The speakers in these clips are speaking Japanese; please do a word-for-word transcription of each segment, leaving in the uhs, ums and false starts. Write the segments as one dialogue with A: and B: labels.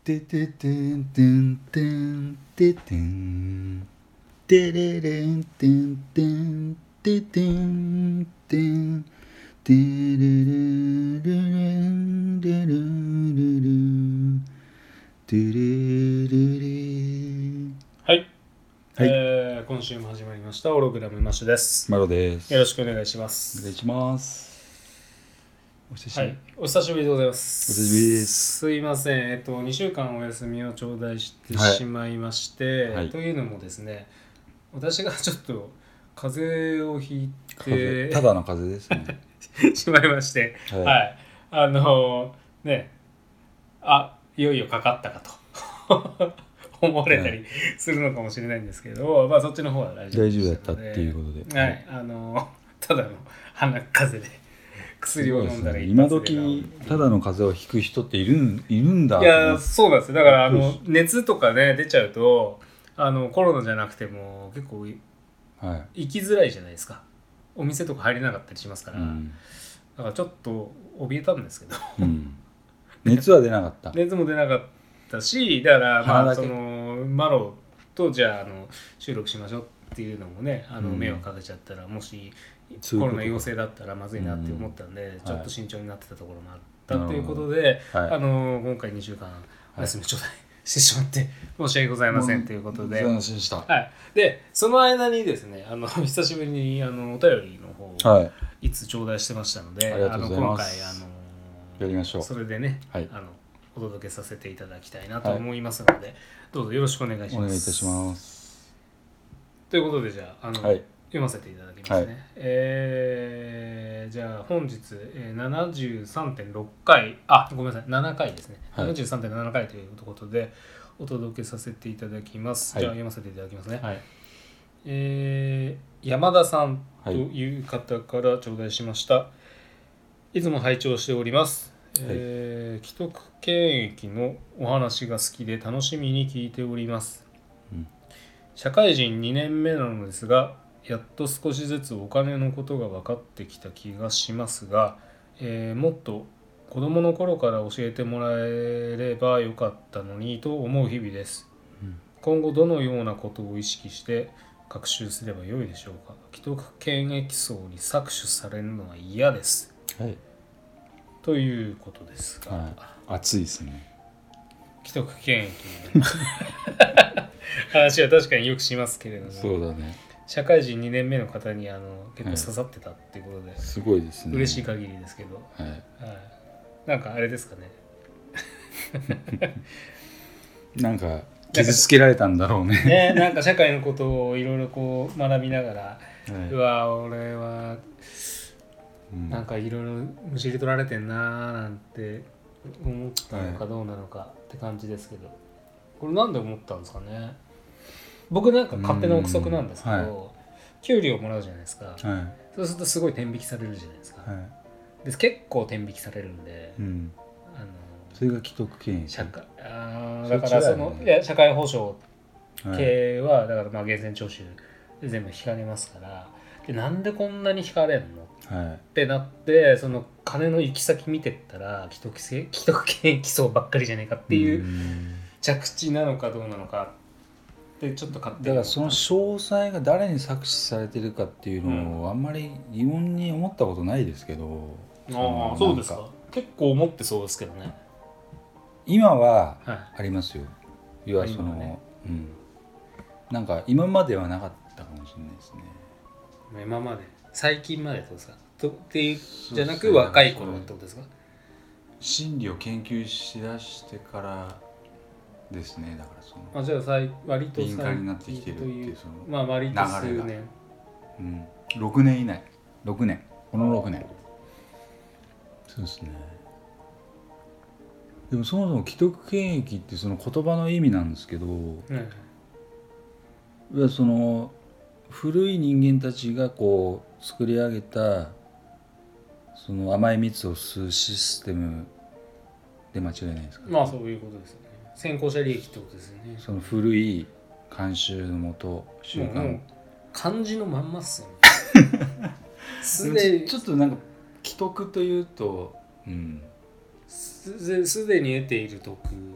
A: てててんてんてんててんてれれんてんてんててんてんてれれれれんれれれれてれれれ。
B: はい、
A: はい
B: えー、今週も始まりましたオログラムマッシュです。
A: マロです。
B: よろしくお願いします。
A: お願いします。お久しぶり、
B: はい、お久しぶりでございます。
A: お久しぶりです。
B: すいません、えっとにしゅうかんお休みを頂戴してしまいまして、
A: はい、
B: というのもですね、私がちょっと風邪をひいて
A: ただの風邪ですね
B: しまいまして、
A: はい、
B: はい、あのね、あ、いよいよかかったかと思われたりするのかもしれないんですけど、まあそっちの方は大丈夫
A: 大丈夫だったっていうことで、
B: はい、あのただの鼻風邪で薬を飲んだら
A: 一発で治る。今時ただの風邪をひく人っているんいるんだ。
B: いやそうなんですよ。だからあの熱とかね出ちゃうとあのコロナじゃなくても結構、はい、行きづらいじゃないですか。お店とか入れなかったりしますから、うん、だからちょっと怯えたんですけど、うん、
A: 熱は出なかった
B: 熱も出なかったし、だからまあそのマロとじゃあ、あの収録しましょうっていうのもね、あの迷惑かけちゃったら、うん、もしコロナ陽性だったらまずいなって思ったんで、うん、ちょっと慎重になってたところもあったということで、はい、あの今回にしゅうかんお休みちょうだいしてしまって申し訳ございませんということで、
A: 残念でした。
B: はい、でその間にですね、あの久しぶりにあのお便りの方をいつ頂戴してましたので、はい、あの今回あの
A: やりましょう。
B: それでね、
A: はい、
B: あのお届けさせていただきたいなと思いますので、はい、どうぞよろしくお願いします。
A: お願いいたします。
B: ということでじゃあ、あの、はい、読ませていただきますね。はい、えー、じゃあ本日、えー、ななじゅうさんてんろっかい、あ、ごめんなさい、ななかいですね。はい、ななじゅうさんてんななかいということでお届けさせていただきます。はい、じゃあ読ませていただきますね。はい、えー、山田さんという方から頂戴しました。はい、いつも拝聴しております。えー、既得権益のお話が好きで楽しみに聞いております。うん、社会人にねんめなのですが、やっと少しずつお金のことが分かってきた気がしますが、えー、もっと子供の頃から教えてもらえればよかったのにと思う日々です。うん、今後どのようなことを意識して学習すればよいでしょうか。既得権益層に搾取されるのは嫌です。はい、ということですが、はい、
A: 熱いですね。
B: 既得権益の話は確かによくしますけれども、
A: そうだね。
B: 社会人にねんめの方にあの結構刺さってたっていうことで、はい、
A: すごいですね。
B: 嬉しい限りですけど、はいはい、なんかあれですかね
A: なんか傷つけられたんだろうね
B: ね、なんか社会のことをいろいろこう学びながら、はい、うわ俺はなんかいろいろむしり取られてんなーなんて思ったのかどうなのかって感じですけど、これなんで思ったんですかね。僕なんか勝手な憶測なんですけど、はい、給料もらうじゃないですか、はい、そうするとすごい天引きされるじゃないですか、はい、で結構天引きされるんで、うん、
A: あのそれが既得権益
B: 社会あだからその、ね、いや社会保障系は、はい、だからまあ源泉徴収で全部引かれますから、でなんでこんなに引かれんの、はい、ってなって、その金の行き先見てったら既得性既得権益層ばっかりじゃないかっていう着地なのかどうなのかってちょっと勝手に、
A: だからその詳細が誰に搾取されてるかっていうのをあんまり疑問に思ったことないですけど、
B: うん、ああそうですか。結構思ってそうですけどね。
A: 今はありますよ、はい、要はその、ね、うん、なんか今まではなかったかもしれないですね。
B: 今まで最近までってことですかとっていうじゃなく若い頃ってことですか。
A: 心理を研究しだしてからですね。だからその
B: あじゃあ割と
A: 敏感になってきてるっていうその
B: まあ割と数年、
A: うん、ろくねん以内ろくねんこのろくねんそうですね。でもそもそも既得権益ってその言葉の意味なんですけど、うん、その古い人間たちがこう作り上げたその甘い蜜を吸うシステムで間違いないですか。
B: まあそういうことですよね。先行者利益ってことですよね。
A: その古い慣習のもと習慣、もう
B: 漢字のまんまっすよね
A: すでちょっとなんか既得というと、うん、
B: すでに得ている得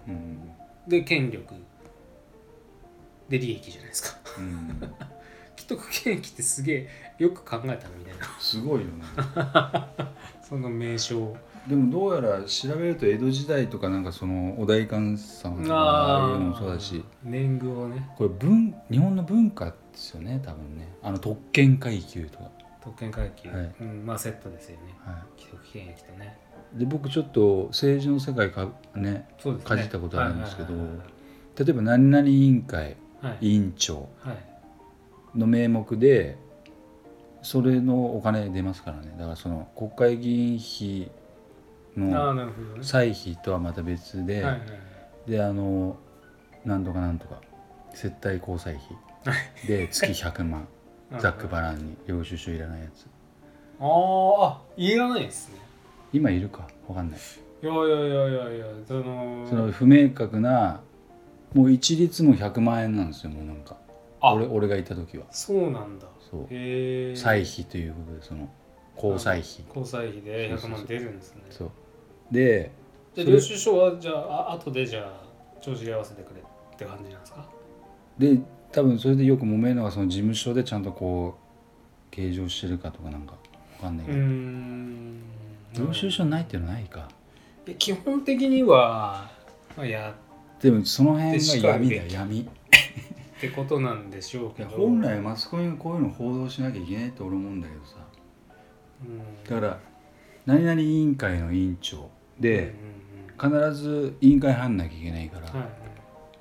A: うん、
B: で権力で利益じゃないですか、
A: うん、
B: 既得権益ってすげえよく考えたのみたいな
A: すごいよね
B: その名称
A: でもどうやら調べると江戸時代とかなんかそのお代官様とかああいうのもそうだし
B: 年貢をね
A: これ文日本の文化ですよね多分ねあの特権階級とか
B: 特権階級、
A: はい
B: うん、まあセットですよね、
A: はい、
B: 既得権益とね
A: で僕ちょっと政治の世界かね
B: そうですね
A: かじったことあるんですけど、
B: はいはいはいはい、
A: 例えば何々委員会、
B: はい、
A: 委員長
B: はい
A: の名目でそれのお金出ますからねだからその国会議員費の歳費とはまた別で、はいはい、であのなんとかなんとか接待交際費で月ひゃくまんざっくばらんに領収書いらないやつ
B: ああいらないですね
A: 今いるか分かんない
B: いやいやいやいやいやその
A: その不明確なもう一律もひゃくまんえんなんですよもうなんか俺, 俺がいた時は
B: そうなんだ
A: そうへ歳費ということでその交際費
B: 交際費でひゃくまん出るんですね
A: そうで
B: で領収書はじゃあ後でじゃあ帳尻合わせてくれって感じなんですか
A: で多分それでよく揉めるのがその事務所でちゃんとこう計上してるかとかなんか分かんないけどうーん領収書ないっていうのはないか
B: 基本的には、まあ、や
A: でもその辺が闇だよ闇
B: ってことなんでしょうけど
A: 本来マスコミがこういうの報道しなきゃいけないって俺思うんだけどさうんだから何々委員会の委員長で、うんうんうん、必ず委員会入んなきゃいけないから、はいはい、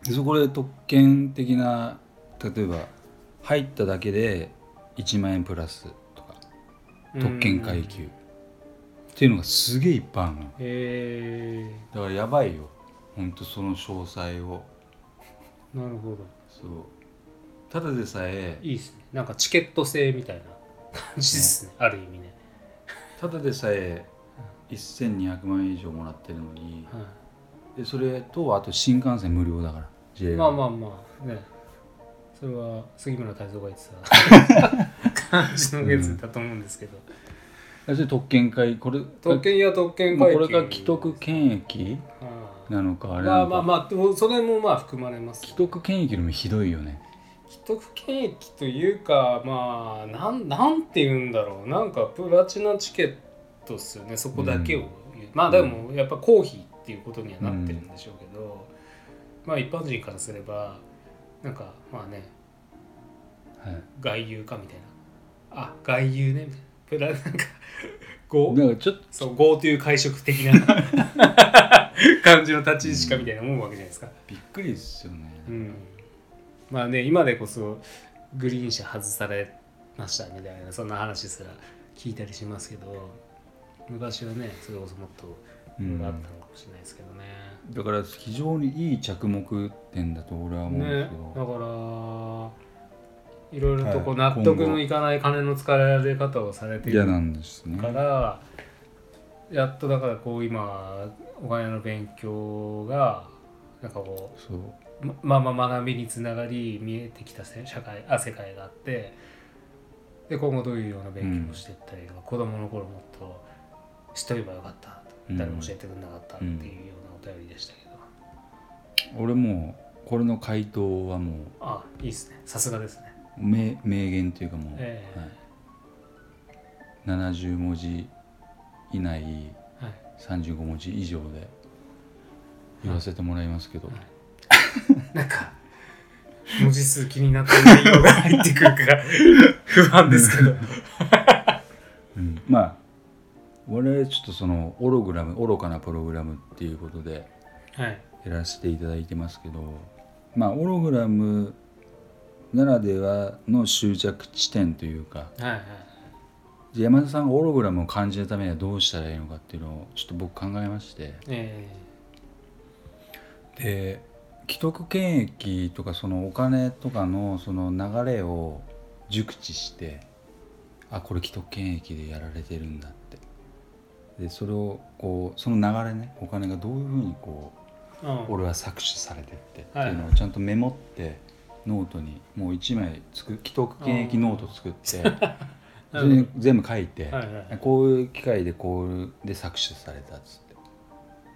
A: でそこで特権的な例えば入っただけでいちまんえんプラスとか特権階級っていうのがすげえいっぱいあるの。へーだからやばいよほんとその詳細を
B: なるほど
A: そうただでさえ
B: いいですねなんかチケット制みたいな感じですね、ねある意味ね
A: ただでさえせんにひゃくまんえん以上もらってるのに、はい、でそれとあと新幹線無料だから ジェイエー
B: まあまあまあねそれは杉村太蔵が言ってた感じのやつだと思うんですけど、
A: うん、それ特権会これ
B: 特権や特権階級、
A: これが既得権益なのかあれなのか
B: まあまあまあでもそれもまあ含まれます、ね、
A: 既得権益よりもひどいよね
B: 既得権益というかまあなんなんて言うんだろうなんかプラチナチケットっすよねそこだけを言う、うん、まあでもやっぱ公費っていうことにはなってるんでしょうけど、うん、まあ一般人からすればなんかまあね、はい、外遊かみたいなあ外遊ねみたいなプラなんかゴーちょっとそう GoTo 会食的な感じの立ち位置かみたいな思うわけじゃないですか、うん、
A: びっくりですよね、
B: うんまあね、今でこそグリーン車外されましたみたいなそんな話すら聞いたりしますけど昔はねそれこそもっといろいろあったのかもしれないですけどね、
A: うん、だから非常にいい着目点だと俺は思うんですけど、ね、
B: だからいろいろとこう納得のいかない金の使われ方をされているから、ね、やっとだからこう今お金の勉強がなんかこうそうまあまあ学びにつながり見えてきた社会あ世界があってで今後どういうような勉強をしていったりとか、うん、子供の頃もっと知っておけばよかった、うん、誰も教えてくれなかったっていうようなお便りでしたけど、
A: うん、俺もこれの回答はもう
B: あいいですねさすがですね
A: 名, 名言というかもう、えーはい、ななじゅうもじ以内、はい、さんじゅうごもじ以上で言わせてもらいますけど、はいはい
B: なんか文字数気になって内容が入ってくるから不安ですけど、
A: うん、まあ我々ちょっとそのオログラム愚かなプログラムっていうことでやらせていただいてますけど、はい、まあオログラムならではの終着地点というか、はいはい、山田さんがオログラムを感じるためにはどうしたらいいのかっていうのをちょっと僕考えまして、えー、で既得権益とかそのお金とかのその流れを熟知してあこれ既得権益でやられてるんだってでそれをこうその流れねお金がどういうふうにこう、うん、俺は搾取されてってっていうのをちゃんとメモってノートにもういちまいつく既得権益ノート作ってそれに全部書いて、はいはい、こういう機会でこうで搾取されたっつって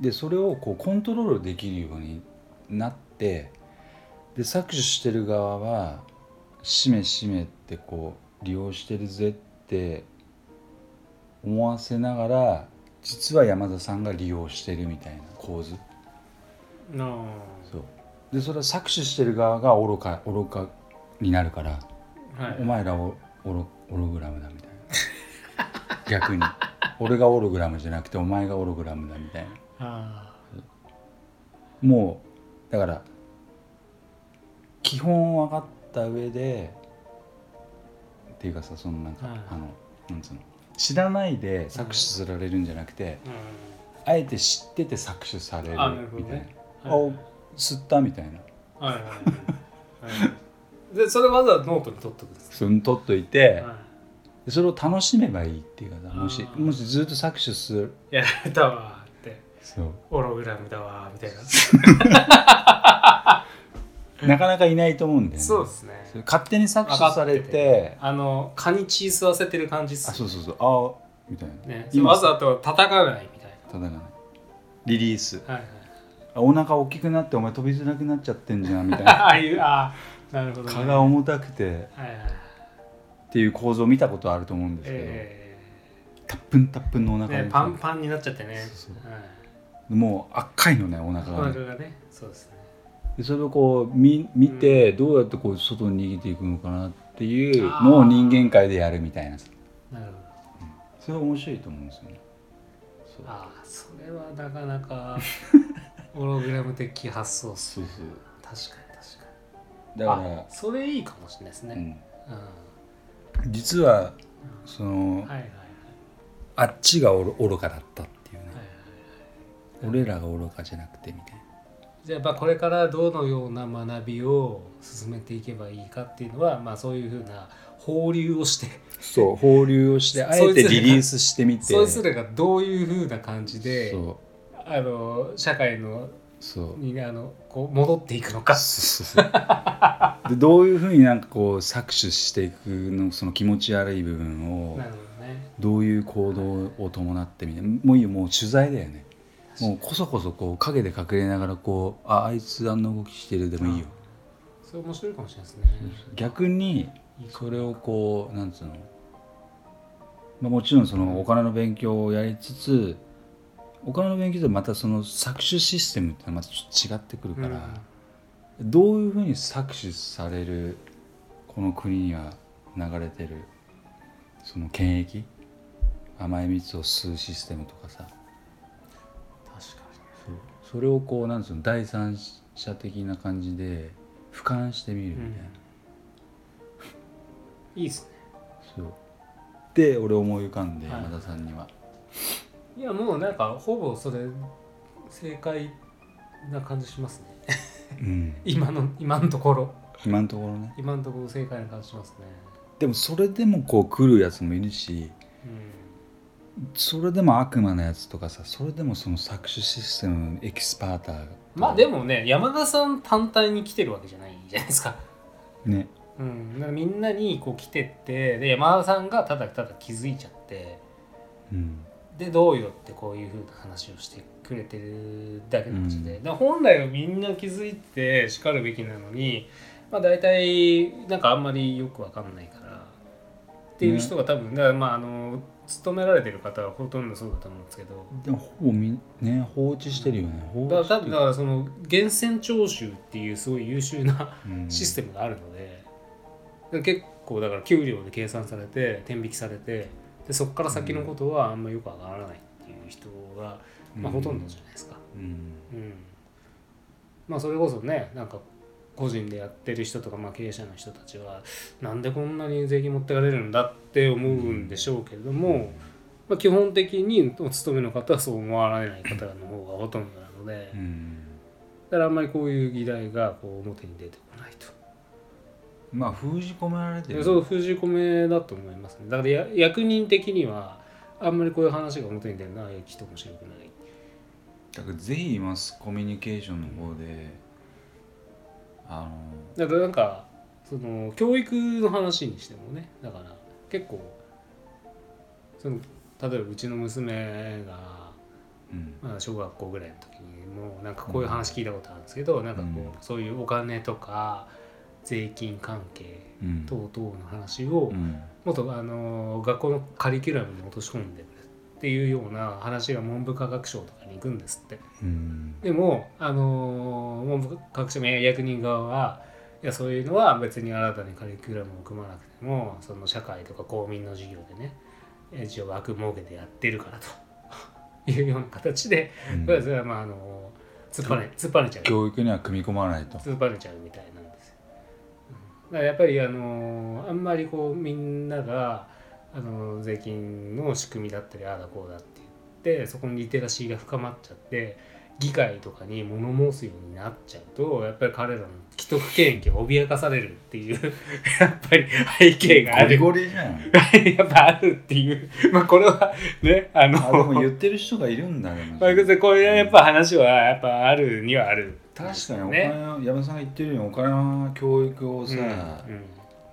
A: でそれをこうコントロールできるようになって、で搾取してる側はしめしめってこう利用してるぜって思わせながら、実は山田さんが利用してるみたいな構図。
B: あ
A: そうでそれは搾取してる側が愚か愚かになるから、はい、お前らオロオログラムだみたいな逆に俺がオログラムじゃなくてお前がオログラムだみたいな。あもうだから基本分かった上でっていうかさ、そのなんか、はい、あのなんつうの知らないで搾取されるんじゃなくて、うん、あえて知ってて搾取されるみたいな。あ、はい、吸ったみたいな。はいはいはい
B: はい、でそれわざわざノートに取っとくんですか。
A: それ取っといて、はい、それを楽しめばいいっていうかさ、もしもしずっと搾取する
B: やられたわって、そうオログラムだわみたい
A: ななかなかいないと思うんだよね。
B: そうですね。
A: 勝手に搾取され て, て
B: あの蚊に血吸わせてる感じっす、ね、
A: あそうそうそうあみたいな、
B: ね、わざと叩かないみたいな。
A: 叩かないリリース、はいはい、お腹大きくなってお前飛びづらくなっちゃってんじゃんみたいなああいうあなるほど、ね、蚊が重たくて、はいはい、っていう構造を見たことあると思うんですけど、えー、たっぷんたっぷんのお腹、
B: ね、パンパンになっちゃってね。そうそう、はい、
A: もう赤いのねお腹が、ね、
B: お腹がね。そうですね。
A: でそれをこう 見, 見てどうやってこう外に逃げていくのかなっていうのを人間界でやるみたいなさ。なるほど、うん、それは面白いと思うんですよね。
B: そうああそれはなかなかホログラム的発想っすね。そうそう確かに確かに。だからそれいいかもしれないですね、
A: うんうん、実はその、うんはいはいはい、あっちが愚かだったっていうね、はいはいはい、俺らが愚かじゃなくてみたいな。
B: じゃあやっぱこれからどのような学びを進めていけばいいかっていうのは、まあ、そういうふうな放流をして
A: そう放流をしてあえてリリースしてみて
B: そいつらがどういうふうな感じでそうあの社会のそうにあのこう戻っていくのかそうそう
A: そうでどういうふうになんかこう搾取していくのその気持ち悪い部分をなるほど、ね、どういう行動を伴ってみてもういいよもう取材だよね。もうこそこそこう影で隠れながらこう あ, あいつあんな動きしてるでもいいよ。
B: それ面白いかもしれないですね。
A: 逆にそれをこうなんつうの、まあ、もちろんそのお金の勉強をやりつつお金の勉強とまたその搾取システムってのはまたちょっと違ってくるから、うん、どういうふうに搾取されるこの国には流れてるその権益甘い蜜を吸うシステムとかさそれをこうなんつうの第三者的な感じで俯瞰してみるみたいな、
B: うん、いいっすね。
A: そうで俺思い浮かんで、はい、山田さんにはい
B: やもうなんかほぼそれ正解な感じしますね、うん、今の今のところ
A: 今のところね
B: 今のところ正解な感じしますね。
A: でもそれでもこう来るやつもいるし、うんそれでも悪魔のやつとかさそれでもその搾取システムのエキスパーター
B: まあでもね山田さん単体に来てるわけじゃないじゃないですかね、うん、だからみんなにこう来てってで山田さんがただただ気づいちゃって、うん、でどうよってこういう風な話をしてくれてるだけの話で、うん、だから本来はみんな気づいてしかるべきなのにまあ大体なんかあんまりよくわかんないからっていう人が多分、ね、だからまああの勤められてる方はほとんどそうだと思うんですけど
A: でもほぼみね放置してるよね、
B: うん、だからだからその源泉徴収っていうすごい優秀な、うん、システムがあるので結構だから給料で計算されて天引きされてでそこから先のことはあんまよくわからないっていう人が、まあ、ほとんどじゃないですか、うんうん、まあそれこそねなんか個人でやってる人とか、まあ、経営者の人たちはなんでこんなに税金持ってかれるんだって思うんでしょうけれども、まあ、基本的にお勤めの方はそう思われない方の方がほとんどなので、うん、だからあんまりこういう議題がこう表に出てこないと。
A: まあ封じ込められてる。
B: そう封じ込めだと思いますね。だからや役人的にはあんまりこういう話が表に出るのはきっと面白くない。
A: だからぜひマスコミュニケーションの方であの
B: だからなんかその教育の話にしてもねだから結構その例えばうちの娘が
A: うん
B: まあ、小学校ぐらいの時にもうなんかこういう話聞いたことあるんですけど、うん、なんかこう、うん、そういうお金とか税金関係等々の話を、うん、もっとあの学校のカリキュラムに落とし込んでくれっていうような話が文部科学省とかに行くんですって、うん、でもあの文部科学省の役人側はいやそういうのは別に新たにカリキュラムを組まなくてもその社会とか公民の授業でね一応枠設けてやってるからというような形で、うん、それはまああの突っ張れ突っ張れちゃう
A: 教育には組み込まないと
B: 突っ張れちゃうみたいなんですよ、うん、だからやっぱりあのあんまりこうみんながあの税金の仕組みだったりああだこうだって言ってそこにリテラシーが深まっちゃって議会とかに物申すようになっちゃうとやっぱり彼らの既得権益が脅かされるっていうやっぱり背景がある
A: ゴリゴリじゃん
B: やっぱあるっていうまあこれはねあの
A: あでも言ってる人がいるんだね
B: まあこういうやっぱ話はやっぱあるにはある、
A: 確かにお金、ね、山田さんが言ってるようにお金の教育をさ、うんうん、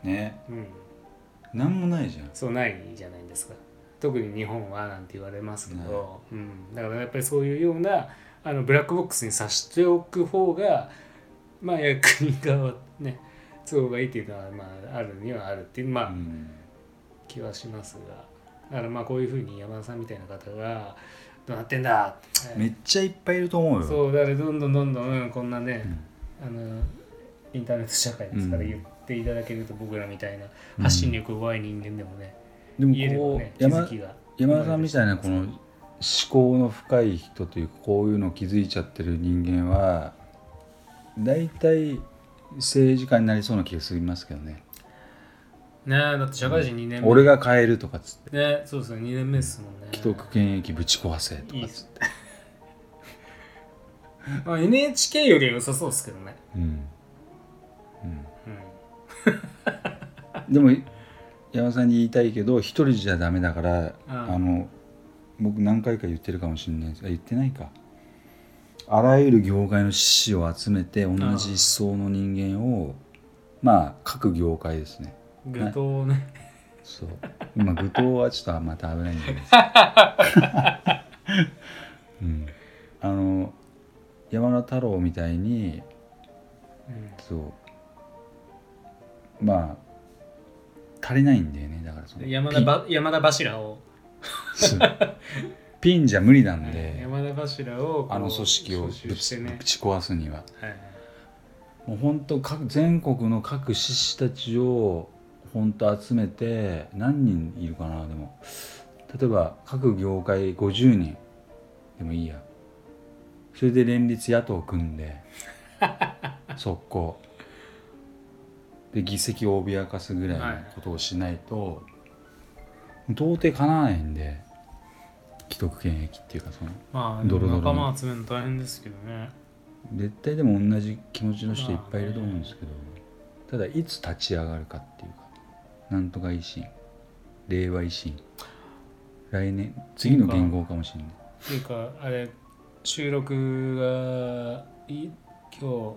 A: ね、うん、なんもないじゃん
B: そうないじゃないですか特に日本はなんて言われますけど、うん、だからやっぱりそういうようなあのブラックボックスにさしておく方がまあ役人側ね都合がいいっていうのはまああるにはあるっていうまあ、うん、気はしますがだからまあこういうふうに山田さんみたいな方がどうなってんだって
A: めっちゃいっぱいいると思うよ
B: そうだからどんどんどんどんこんなね、うん、あのインターネット社会ですから言っていただけると僕らみたいな発信力弱い人間でもね、
A: うん、でもこう、ね、山, 山田さんみたいなこの思考の深い人というかこういうのを気づいちゃってる人間はだいたい政治家になりそうな気がしますけどね。
B: ねえだって社会人にねんめ、
A: うん、俺が変えるとかっつって
B: ねそうですねにねんめですもんね
A: 既得権益ぶち壊せとかっつって
B: まあ エヌエイチケー よりは良さそうですけどねうん、うん
A: うん、でも山田さんに言いたいけど一人じゃダメだから、うん、あの僕何回か言ってるかもしれないですが言ってないかあらゆる業界の志士を集めて同じ思想の人間をまあ各業界ですね
B: 具藤ね
A: そう今具藤はちょっとまた危ないんじゃないですか、うん、あの山田太郎みたいに、うん、そうまあ足りないんだよねだからその
B: 山田ば山田柱を
A: ピンじゃ無理なんで、
B: 山田柱を
A: あの組織をぶち、ね、ぶち壊すには、はい、もう本当各全国の各志士たちを本当集めて何人いるかなでも例えば各業界ごじゅうにんでもいいやそれで連立野党を組んで速攻で議席を脅かすぐらいのことをしないと、はい、到底かなわないんで既得権益っていうかその
B: まあでも仲間集めるの大変ですけどね
A: 絶対でも同じ気持ちの人いっぱいいると思うんですけど、まあね、ただいつ立ち上がるかっていうかなんとか維新令和維新来年次の元号かもしれない
B: っていうかあれ収録がい今日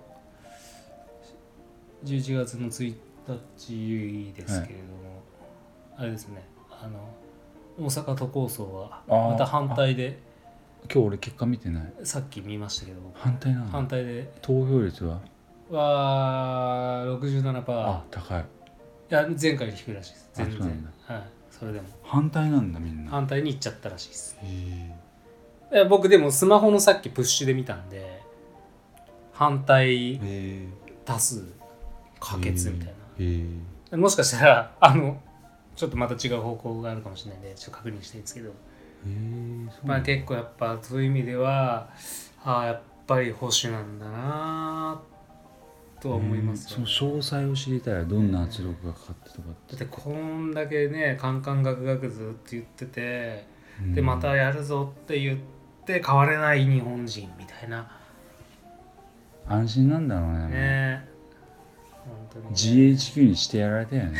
B: じゅういちがつのついたちですけれども、はい、あれですねあの大阪都構想はまた反対で
A: 今日俺結果見てない
B: さっき見ましたけど
A: 反対なの
B: 反対で
A: 投票率は
B: は ろくじゅうななパーセント
A: あ高いい
B: や前回より低いらしいです全然そうなんだ、はい、それでも
A: 反対なんだみんな
B: 反対に行っちゃったらしいですへ僕でもスマホのさっきプッシュで見たんで反対多数可決みたいなもしかしたらあのちょっとまた違う方向があるかもしれないんでちょっと確認したいんですけどまあ結構やっぱそういう意味ではああやっぱり保守なんだなとは思いますよね。
A: その詳細を知りたいどんな圧力がかかってとかって、
B: だってこんだけねカンカンガクガクずっと言っててでまたやるぞって言って変われない日本人みたいな
A: 安心なんだろうね
B: ね本当にね
A: ジーエイチキュー にしてやられたよね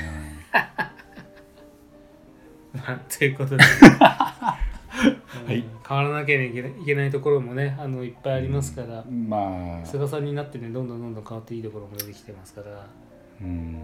B: まあ、ということで、はい、変わらなきゃいけないところもねあのいっぱいありますから、うん、まあ菅さんになってねどんどんどんどん変わっていいところも出てきてますから、うんうん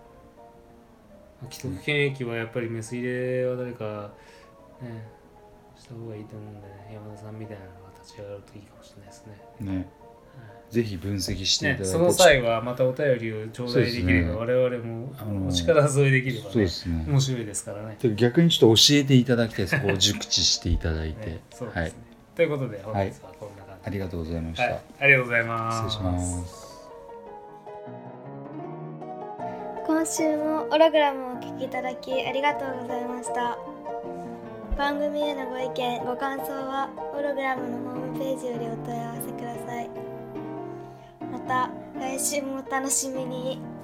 B: 、既得権益はやっぱりメス入れは誰か、ね、 した方がいいと思うんでね、山田さんみたいなのが立ち上がるといいかもしれないですね。
A: ね、はい、ぜひ分析していただいて、ね、
B: その際はまたお便りを頂戴できれば、ね、我々もお力添えできれば、ね、そうですね、面白いですからね。
A: 逆にちょっと教えていただきたい、そこを熟知していただいて、ね、
B: そうですね、はい、ということで本日はこんな感じ、はい、
A: ありがとうございました、はい、
B: ありがとうございます。
A: 失礼します。
C: 今週もオログラムをお聞きいただきありがとうございました。番組へのご意見ご感想はオログラムのホームページよりお問い合わせください。また来週もお楽しみに。